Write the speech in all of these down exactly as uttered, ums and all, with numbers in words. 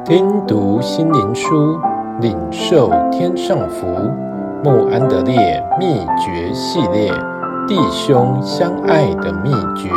听读心灵书，领受天上福。慕安德烈秘诀系列，弟兄相爱的秘诀。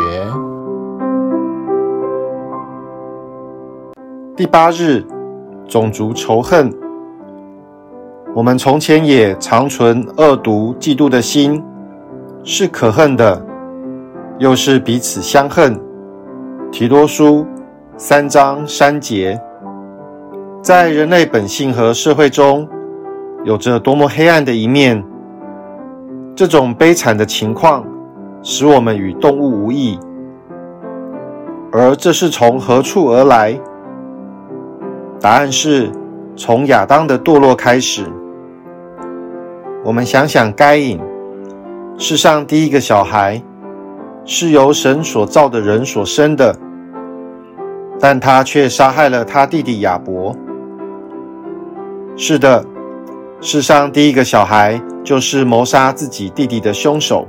第八日，种族仇恨。我们从前也常存恶毒嫉妒的心，是可恨的，又是彼此相恨。提多书三章三节。在人类本性和社会中，有着多么黑暗的一面。这种悲惨的情况使我们与动物无异，而这是从何处而来？答案是从亚当的堕落开始。我们想想该隐，世上第一个小孩，是由神所造的人所生的，但他却杀害了他弟弟亚伯。是的，世上第一个小孩就是谋杀自己弟弟的凶手。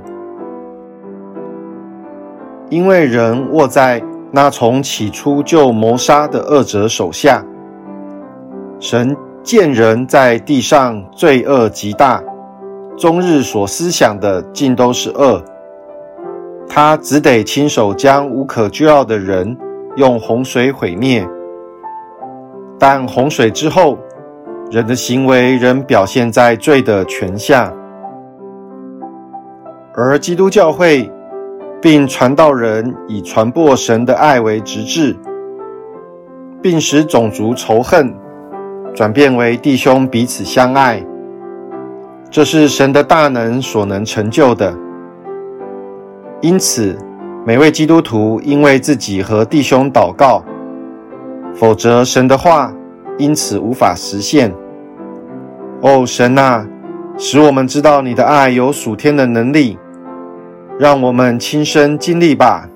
因为人握在那从起初就谋杀的恶者手下，神见人在地上罪恶极大，终日所思想的尽都是恶，他只得亲手将无可救药的人用洪水毁灭。但洪水之后，人的行为仍表现在罪的权下，而基督教会并传道人以传播神的爱为职志，并使种族仇恨转变为弟兄彼此相爱，这是神的大能所能成就的。因此，每位基督徒应为自己和弟兄祷告，否则神的话因此无法实现。哦，神啊，使我们知道你的爱有属天的能力，让我们亲身经历吧。